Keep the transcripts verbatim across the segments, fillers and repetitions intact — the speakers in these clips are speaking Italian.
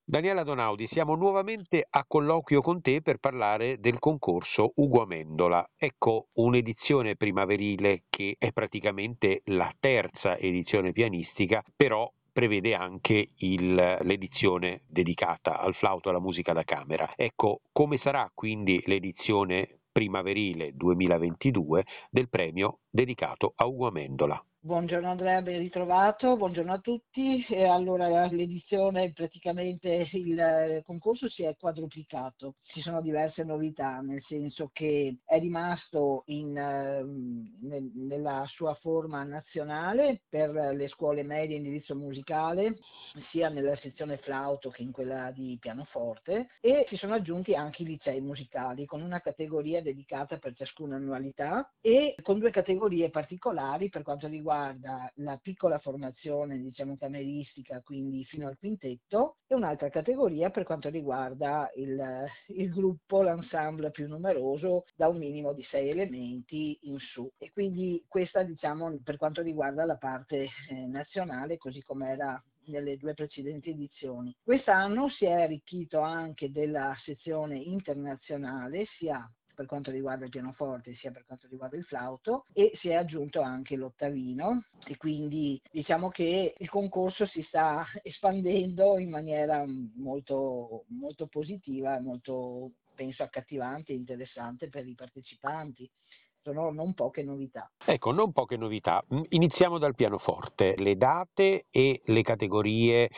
Daniela Donaudi, siamo nuovamente a colloquio con te per parlare del concorso Ugo Amendola. Ecco, un'edizione primaverile che è praticamente la terza edizione pianistica, però prevede anche il- l'edizione dedicata al flauto e alla musica da camera. Ecco, come sarà quindi l'edizione primaverile duemilaventidue del premio dedicato a Ugo Amendola? Buongiorno Andrea, ben ritrovato, buongiorno a tutti. E allora l'edizione, praticamente il eh, concorso si è quadruplicato, ci sono diverse novità, nel senso che è rimasto in, ehm, nel- nella sua forma nazionale per le scuole medie in indirizzo musicale, sia nella sezione flauto che in quella di pianoforte, e si sono aggiunti anche i licei musicali con una categoria dedicata per ciascuna annualità e con due categorie particolari per quanto riguarda la piccola formazione, diciamo, cameristica, quindi fino al quintetto, e un'altra categoria per quanto riguarda il, il gruppo, l'ensemble più numeroso, da un minimo di sei elementi in su. E quindi questa, diciamo, per quanto riguarda la parte eh, nazionale, così come era nelle due precedenti edizioni. Quest'anno si è arricchito anche della sezione internazionale, sia per quanto riguarda il pianoforte sia per quanto riguarda il flauto, e si è aggiunto anche l'ottavino, e quindi diciamo che il concorso si sta espandendo in maniera molto, molto positiva e molto, penso, accattivante e interessante per i partecipanti. Sono non poche novità. Ecco, non poche novità. Mm, Iniziamo dal pianoforte, le date e le categorie,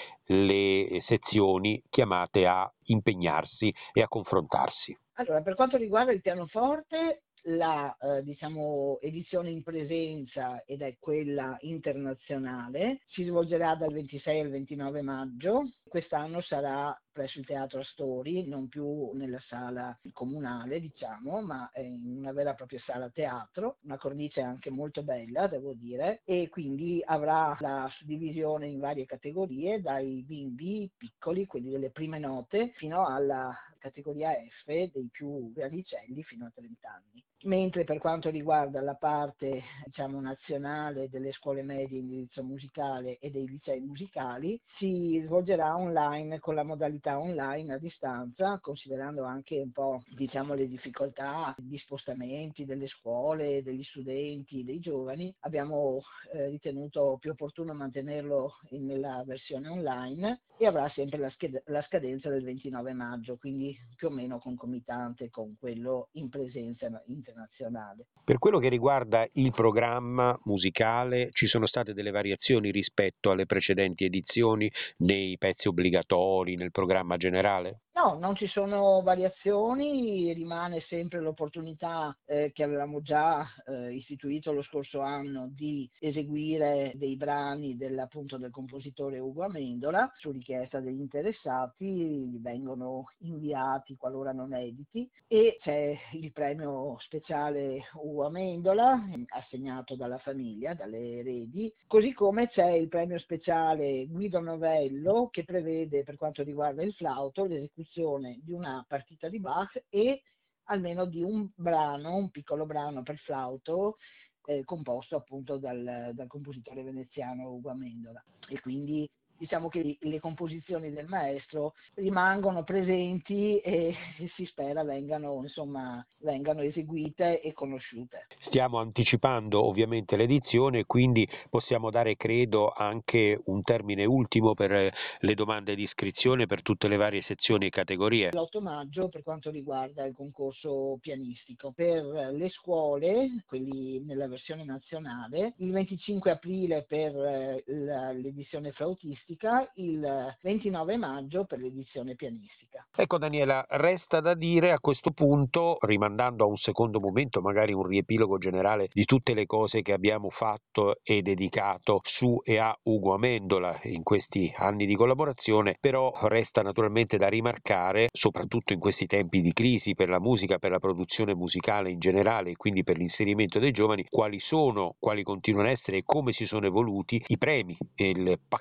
le sezioni chiamate a impegnarsi e a confrontarsi. Allora, per quanto riguarda il pianoforte, la eh, diciamo, edizione in presenza, ed è quella internazionale, si svolgerà dal ventisei al ventinove maggio. Quest'anno sarà presso il Teatro Astori, non più nella sala comunale, diciamo, ma in una vera e propria sala teatro, una cornice anche molto bella, devo dire, e quindi avrà la suddivisione in varie categorie, dai bimbi piccoli, quelli delle prime note, fino alla categoria F dei più grandicelli fino a trenta anni. Mentre per quanto riguarda la parte, diciamo, nazionale delle scuole medie in indirizzo musicale e dei licei musicali, si svolgerà online, con la modalità online a distanza, considerando anche un po', diciamo, le difficoltà di spostamenti delle scuole, degli studenti, dei giovani. Abbiamo eh, ritenuto più opportuno mantenerlo in, nella versione online, e avrà sempre la, sched- la scadenza del ventinove maggio, quindi più o meno concomitante con quello in presenza internazionale. Per quello che riguarda il programma musicale, ci sono state delle variazioni rispetto alle precedenti edizioni nei pezzi obbligatori, nel programma generale? No, non ci sono variazioni, rimane sempre l'opportunità eh, che avevamo già eh, istituito lo scorso anno di eseguire dei brani del, appunto, del compositore Ugo Amendola. Su richiesta degli interessati vengono inviati qualora non editi, e c'è il premio speciale Ugo Amendola assegnato dalla famiglia, dalle eredi, così come c'è il premio speciale Guido Novello, che prevede, per quanto riguarda il flauto, l'esecuzione di una partita di Bach e almeno di un brano, un piccolo brano per flauto eh, composto appunto dal, dal compositore veneziano Ugo Amendola. E quindi diciamo che le composizioni del maestro rimangono presenti e, e si spera vengano, insomma, vengano eseguite e conosciute. Stiamo anticipando ovviamente l'edizione, quindi possiamo dare, credo, anche un termine ultimo per eh, le domande di iscrizione per tutte le varie sezioni e categorie. L'otto maggio per quanto riguarda il concorso pianistico. Per le scuole, quelli nella versione nazionale, il venticinque aprile per eh, la- l'edizione flautistica, il ventinove maggio per l'edizione pianistica. Ecco Daniela, resta da dire a questo punto, rimandando a un secondo momento, magari un riepilogo generale di tutte le cose che abbiamo fatto e dedicato su e a Ugo Amendola in questi anni di collaborazione, però resta naturalmente da rimarcare, soprattutto in questi tempi di crisi per la musica, per la produzione musicale in generale e quindi per l'inserimento dei giovani, quali sono, quali continuano a essere e come si sono evoluti i premi e il pacchetto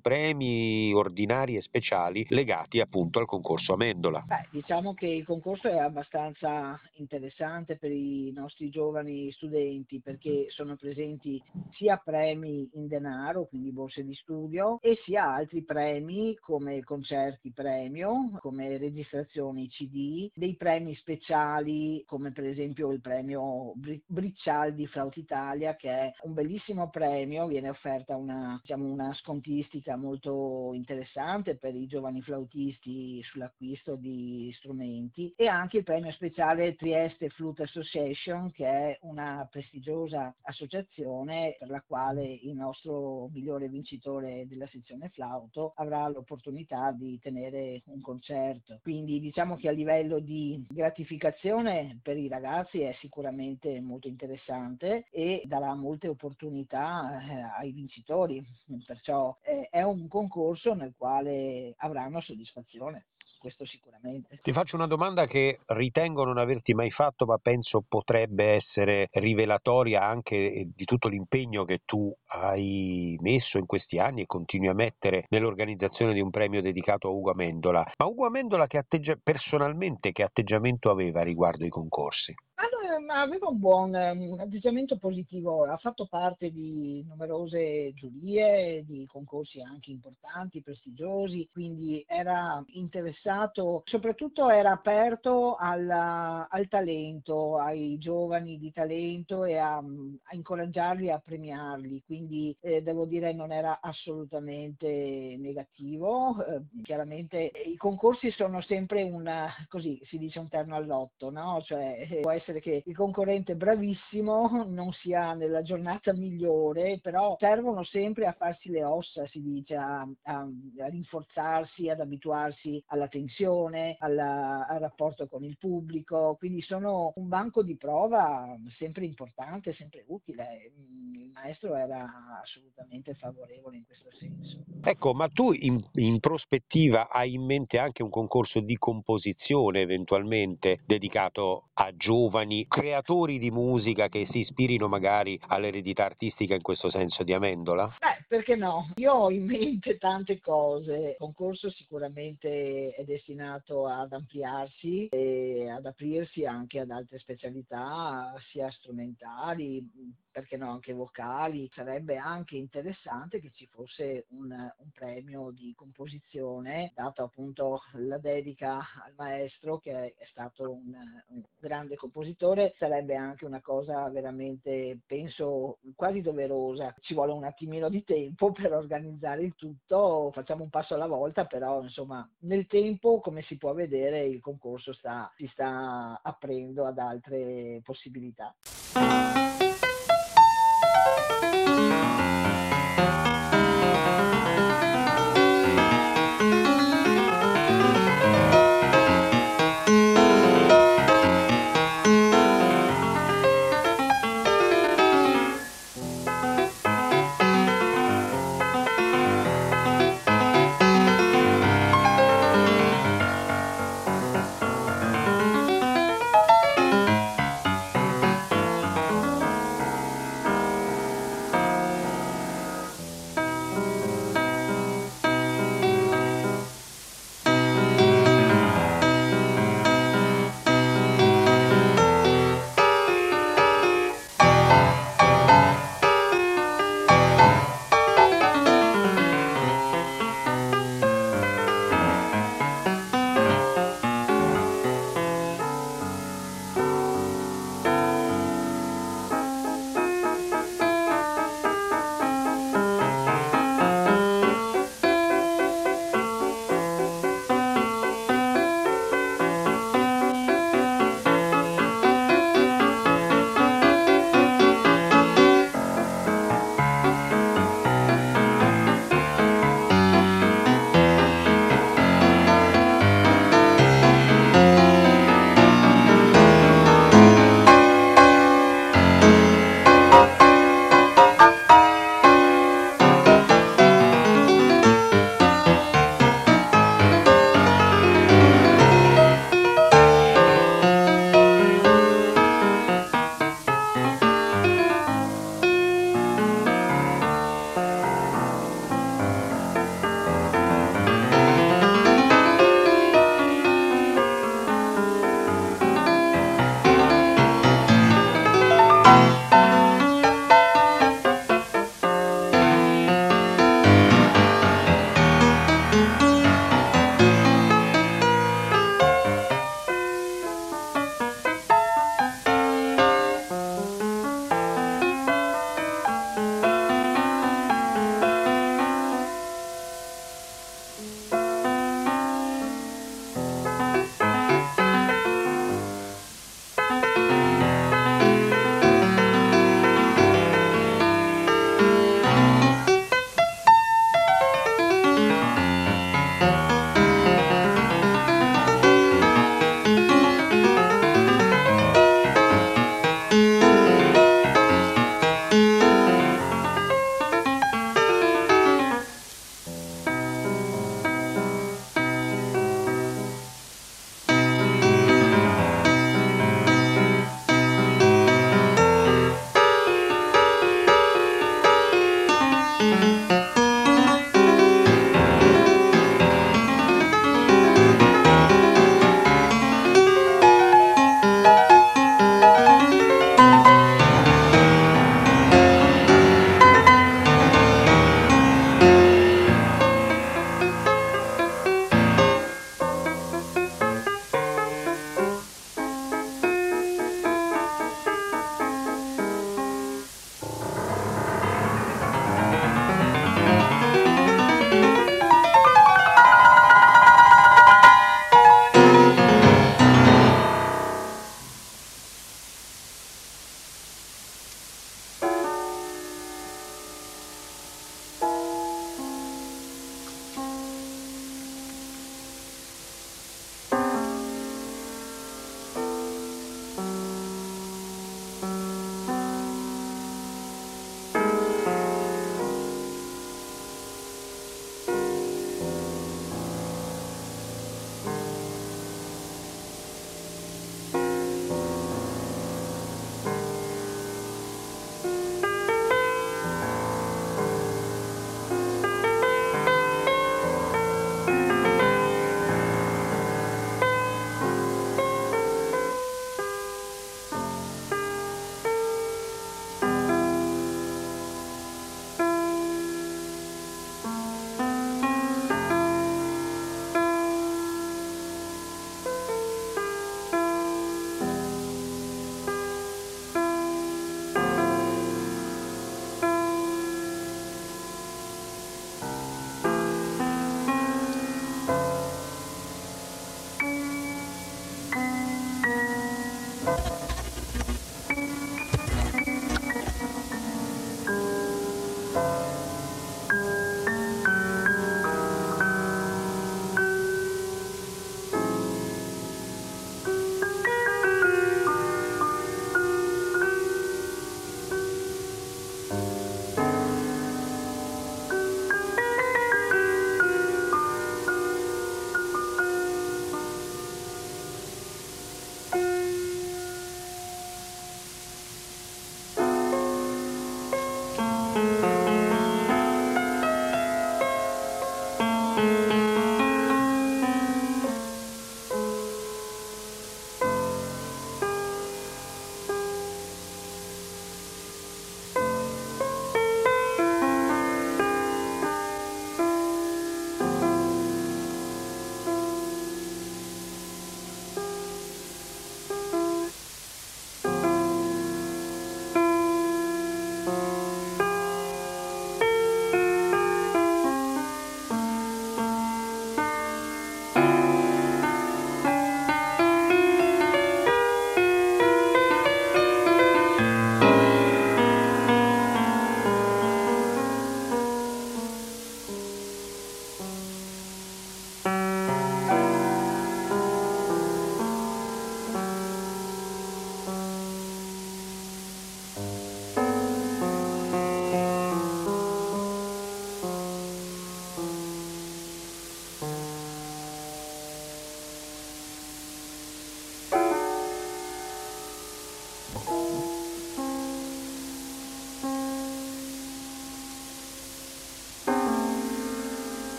premi ordinari e speciali legati appunto al concorso Amendola. Beh, diciamo che il concorso è abbastanza interessante per i nostri giovani studenti perché sono presenti sia premi in denaro, quindi borse di studio, e sia altri premi come concerti premio, come registrazioni C D, dei premi speciali come per esempio il premio Bri- Briccialdi Flauta Italia, che è un bellissimo premio, viene offerta una, diciamo, una scontistica molto interessante per i giovani flautisti sull'acquisto di strumenti, e anche il premio speciale Trieste Flute Association, che è una prestigiosa associazione per la quale il nostro migliore vincitore della sezione flauto avrà l'opportunità di tenere un concerto. Quindi diciamo che a livello di gratificazione per i ragazzi è sicuramente molto interessante e darà molte opportunità eh, ai vincitori, perciò eh, è un concorso nel quale avranno soddisfazione. Questo sicuramente. Ti faccio una domanda che ritengo non averti mai fatto, ma penso potrebbe essere rivelatoria anche di tutto l'impegno che tu hai messo in questi anni e continui a mettere nell'organizzazione di un premio dedicato a Ugo Amendola. Ma Ugo Amendola che atteggia- personalmente che atteggiamento aveva riguardo ai concorsi? Allora, ma aveva un buon eh, un atteggiamento positivo, ha fatto parte di numerose giurie, di concorsi anche importanti, prestigiosi, quindi era interessato, soprattutto era aperto alla- al talento, ai giovani di talento e a, a incoraggiarli, a premiarli, quindi eh, devo dire non era assolutamente negativo. Eh, chiaramente eh, i concorsi sono sempre una, così si dice, un terno al lotto, no? Cioè eh, può essere che il concorrente bravissimo non sia nella giornata migliore, però servono sempre a farsi le ossa, si dice, a, a, a rinforzarsi, ad abituarsi alla tensione, alla, al rapporto con il pubblico, quindi sono un banco di prova sempre importante, sempre utile. Il maestro era assolutamente favorevole in questo senso. Ecco, ma tu in, in prospettiva hai in mente anche un concorso di composizione eventualmente dedicato a giovani creatori di musica che si ispirino magari all'eredità artistica in questo senso di Amendola? Beh, perché no? Io ho in mente tante cose. Il concorso sicuramente è destinato ad ampliarsi e ad aprirsi anche ad altre specialità, sia strumentali, perché no, anche vocali. Sarebbe anche interessante che ci fosse un, un premio di composizione, dato appunto la dedica al maestro che è stato un, un grande compositore. Sarebbe anche una cosa veramente, penso, quasi doverosa. Ci vuole un attimino di tempo per organizzare il tutto, facciamo un passo alla volta, però insomma nel tempo, come si può vedere, il concorso sta, si sta aprendo ad altre possibilità.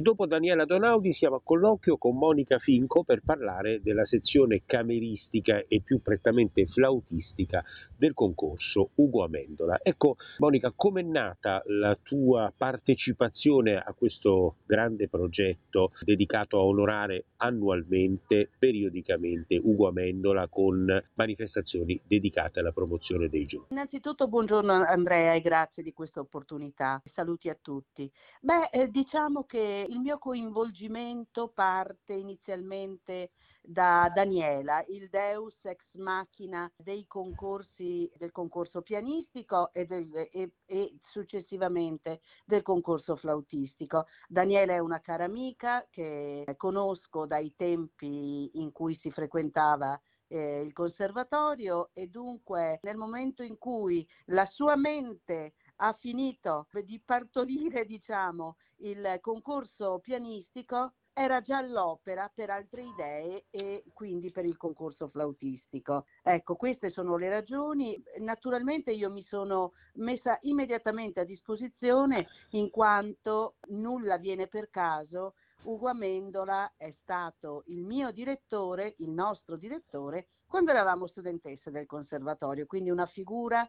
dopo Daniela Donaudi siamo a colloquio con Monica Finco per parlare della sezione cameristica e più prettamente flautistica del concorso Ugo Amendola. Ecco Monica, com'è nata la tua partecipazione a questo grande progetto dedicato a onorare annualmente, periodicamente, Ugo Amendola con manifestazioni dedicate alla promozione dei giovani? Innanzitutto buongiorno Andrea e grazie di questa opportunità. Saluti a tutti. Beh, eh, diciamo che il mio coinvolgimento parte inizialmente da Daniela, il deus ex machina dei concorsi, del concorso pianistico e, del, e, e successivamente del concorso flautistico. Daniela è una cara amica che conosco dai tempi in cui si frequentava eh, il conservatorio, e dunque nel momento in cui la sua mente ha finito di partorire, diciamo, il concorso pianistico, era già all'opera per altre idee e quindi per il concorso flautistico. Ecco, queste sono le ragioni. Naturalmente io mi sono messa immediatamente a disposizione, in quanto nulla viene per caso. Ugo Amendola è stato il mio direttore, il nostro direttore, quando eravamo studentesse del conservatorio, quindi una figura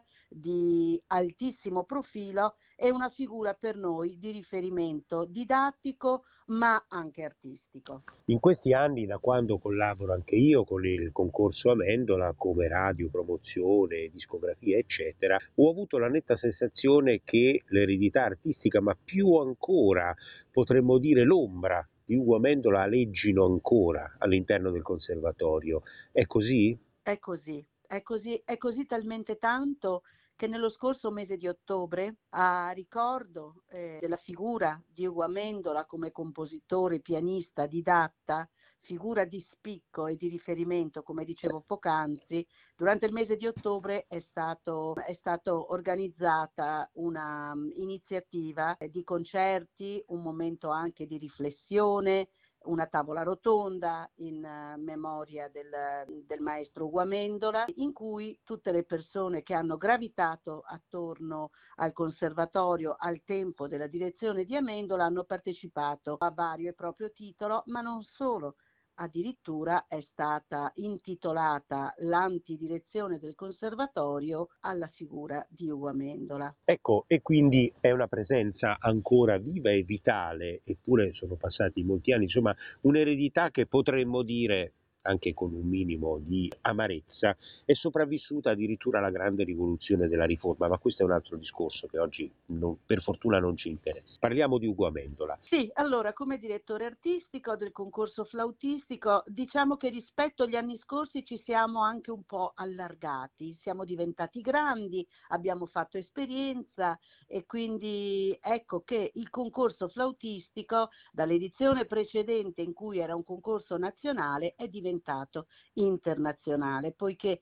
di altissimo profilo e una figura per noi di riferimento didattico ma anche artistico. In questi anni, da quando collaboro anche io con il concorso Amendola come radio, promozione, discografia eccetera, ho avuto la netta sensazione che l'eredità artistica, ma più ancora potremmo dire l'ombra di Ugo Amendola, aleggino ancora all'interno del conservatorio. È così? È così, è così, è così talmente tanto che nello scorso mese di ottobre, a ricordo eh, della figura di Ugo Amendola come compositore, pianista, didatta, figura di spicco e di riferimento, come dicevo poc'anzi, durante il mese di ottobre è stato, è stato organizzata una um, iniziativa di concerti, un momento anche di riflessione, una tavola rotonda in uh, memoria del, del maestro Ugo Amendola, in cui tutte le persone che hanno gravitato attorno al conservatorio al tempo della direzione di Amendola hanno partecipato a vario e proprio titolo, ma non solo. Addirittura è stata intitolata l'antidirezione del conservatorio alla figura di Ugo Amendola. Ecco, e quindi è una presenza ancora viva e vitale, eppure sono passati molti anni, insomma, un'eredità che potremmo dire, anche con un minimo di amarezza, è sopravvissuta addirittura alla grande rivoluzione della riforma, ma questo è un altro discorso che oggi non, per fortuna non ci interessa. Parliamo di Ugo Amendola. Sì, allora come direttore artistico del concorso flautistico diciamo che rispetto agli anni scorsi ci siamo anche un po' allargati, siamo diventati grandi, abbiamo fatto esperienza e quindi ecco che il concorso flautistico dall'edizione precedente in cui era un concorso nazionale è diventato internazionale, poiché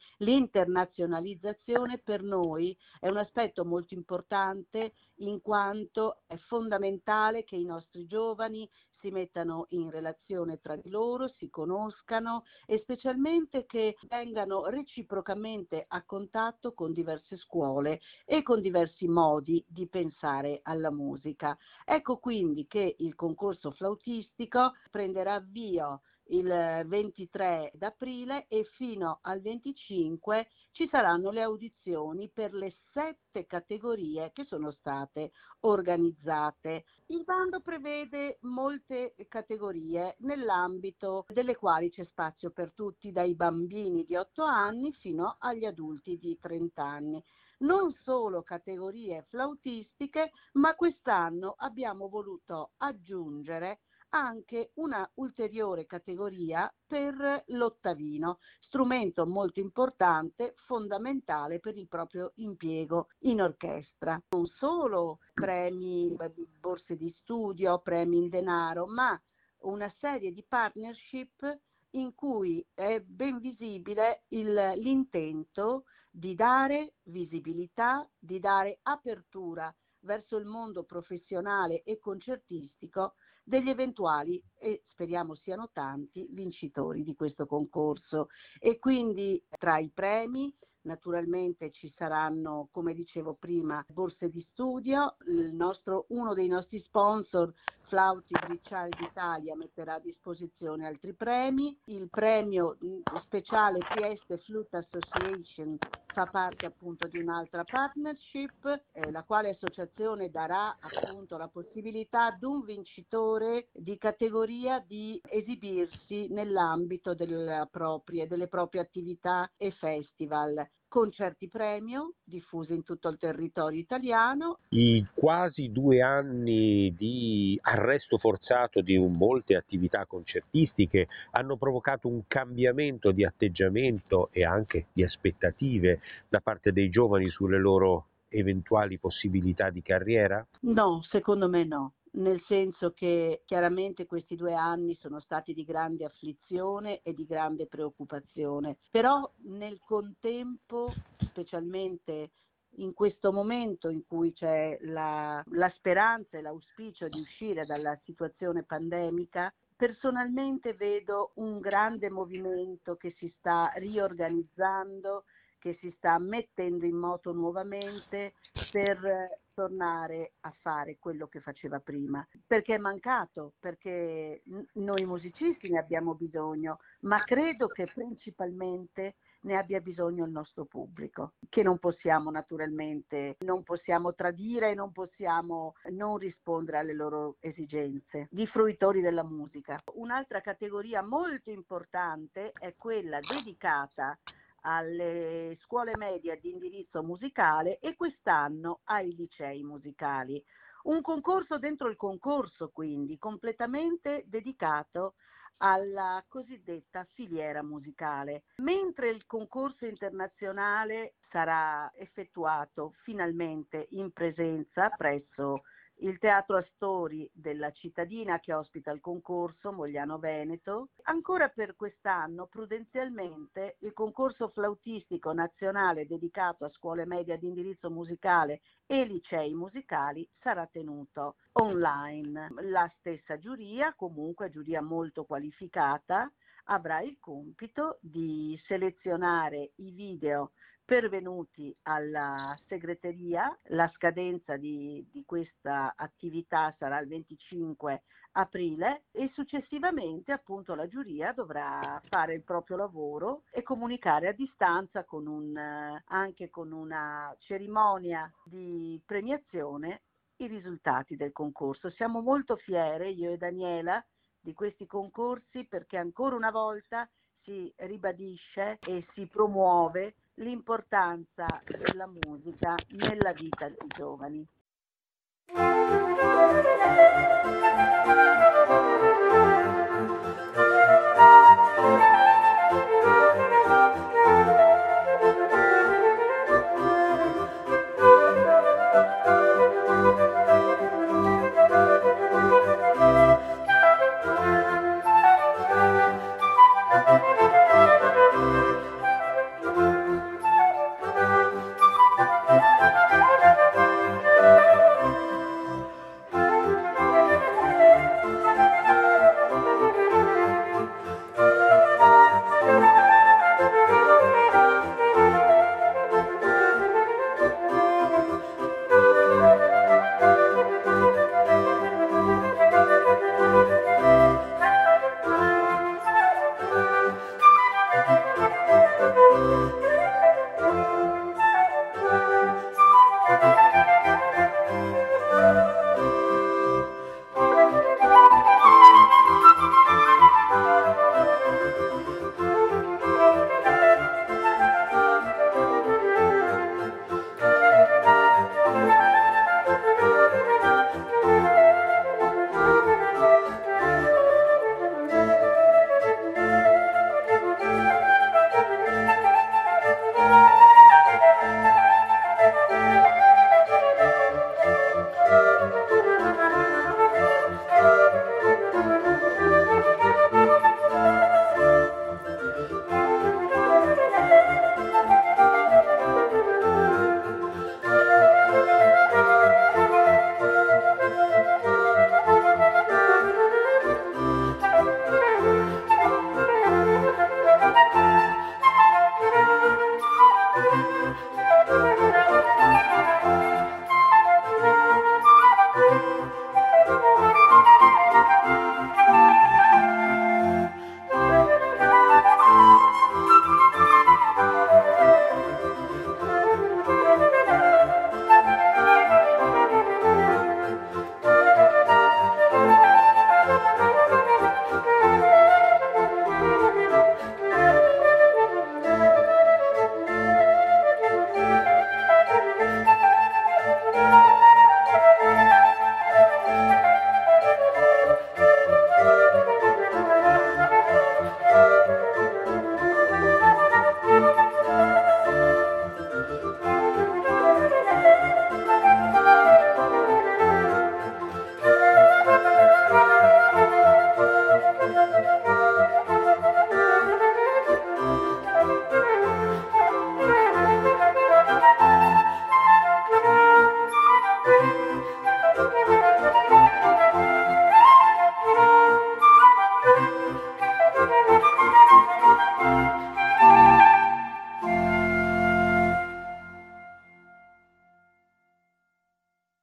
l'internazionalizzazione per noi è un aspetto molto importante, in quanto è fondamentale che i nostri giovani si mettano in relazione tra di loro, si conoscano e specialmente che vengano reciprocamente a contatto con diverse scuole e con diversi modi di pensare alla musica. Ecco quindi che il concorso flautistico prenderà avvio il ventitré d'aprile e fino al venticinque ci saranno le audizioni per le sette categorie che sono state organizzate. Il bando prevede molte categorie nell'ambito delle quali c'è spazio per tutti, dai bambini di otto anni fino agli adulti di trenta anni. Non solo categorie flautistiche, ma quest'anno abbiamo voluto aggiungere anche una ulteriore categoria per l'ottavino, strumento molto importante, fondamentale per il proprio impiego in orchestra. Non solo premi, borse di studio, premi in denaro, ma una serie di partnership in cui è ben visibile il, l'intento di dare visibilità, di dare apertura verso il mondo professionale e concertistico degli eventuali, e speriamo siano tanti, vincitori di questo concorso. E quindi tra i premi naturalmente ci saranno, come dicevo prima, borse di studio. Il nostro, uno dei nostri sponsor Flauti Bricial d'Italia metterà a disposizione altri premi, il premio speciale Trieste Flute Association fa parte appunto di un'altra partnership, eh, la quale associazione darà appunto la possibilità ad un vincitore di categoria di esibirsi nell'ambito delle proprie, delle proprie attività e festival. Concerti premio diffusi in tutto il territorio italiano. I quasi due anni di arresto forzato di molte attività concertistiche hanno provocato un cambiamento di atteggiamento e anche di aspettative da parte dei giovani sulle loro eventuali possibilità di carriera? No, secondo me no. Nel senso che chiaramente questi due anni sono stati di grande afflizione e di grande preoccupazione, però nel contempo, specialmente in questo momento in cui c'è la, la speranza e l'auspicio di uscire dalla situazione pandemica, personalmente vedo un grande movimento che si sta riorganizzando, che si sta mettendo in moto nuovamente per tornare a fare quello che faceva prima, perché è mancato, perché noi musicisti ne abbiamo bisogno, ma credo che principalmente ne abbia bisogno il nostro pubblico, che non possiamo naturalmente, non possiamo tradire e non possiamo non rispondere alle loro esigenze di fruitori della musica. Un'altra categoria molto importante è quella dedicata alle scuole medie di indirizzo musicale e quest'anno ai licei musicali. Un concorso dentro il concorso, quindi, completamente dedicato alla cosiddetta filiera musicale. Mentre il concorso internazionale sarà effettuato finalmente in presenza presso il Teatro Astori della cittadina che ospita il concorso, Mogliano Veneto. Ancora per quest'anno, prudenzialmente, il concorso flautistico nazionale dedicato a scuole medie di indirizzo musicale e licei musicali sarà tenuto online. La stessa giuria, comunque giuria molto qualificata, avrà il compito di selezionare i video pervenuti alla segreteria. La scadenza di, di questa attività sarà il venticinque aprile e successivamente appunto la giuria dovrà fare il proprio lavoro e comunicare a distanza con un, anche con una cerimonia di premiazione i risultati del concorso. Siamo molto fiere, io e Daniela, di questi concorsi perché ancora una volta si ribadisce e si promuove l'importanza della musica nella vita dei giovani. Thank you.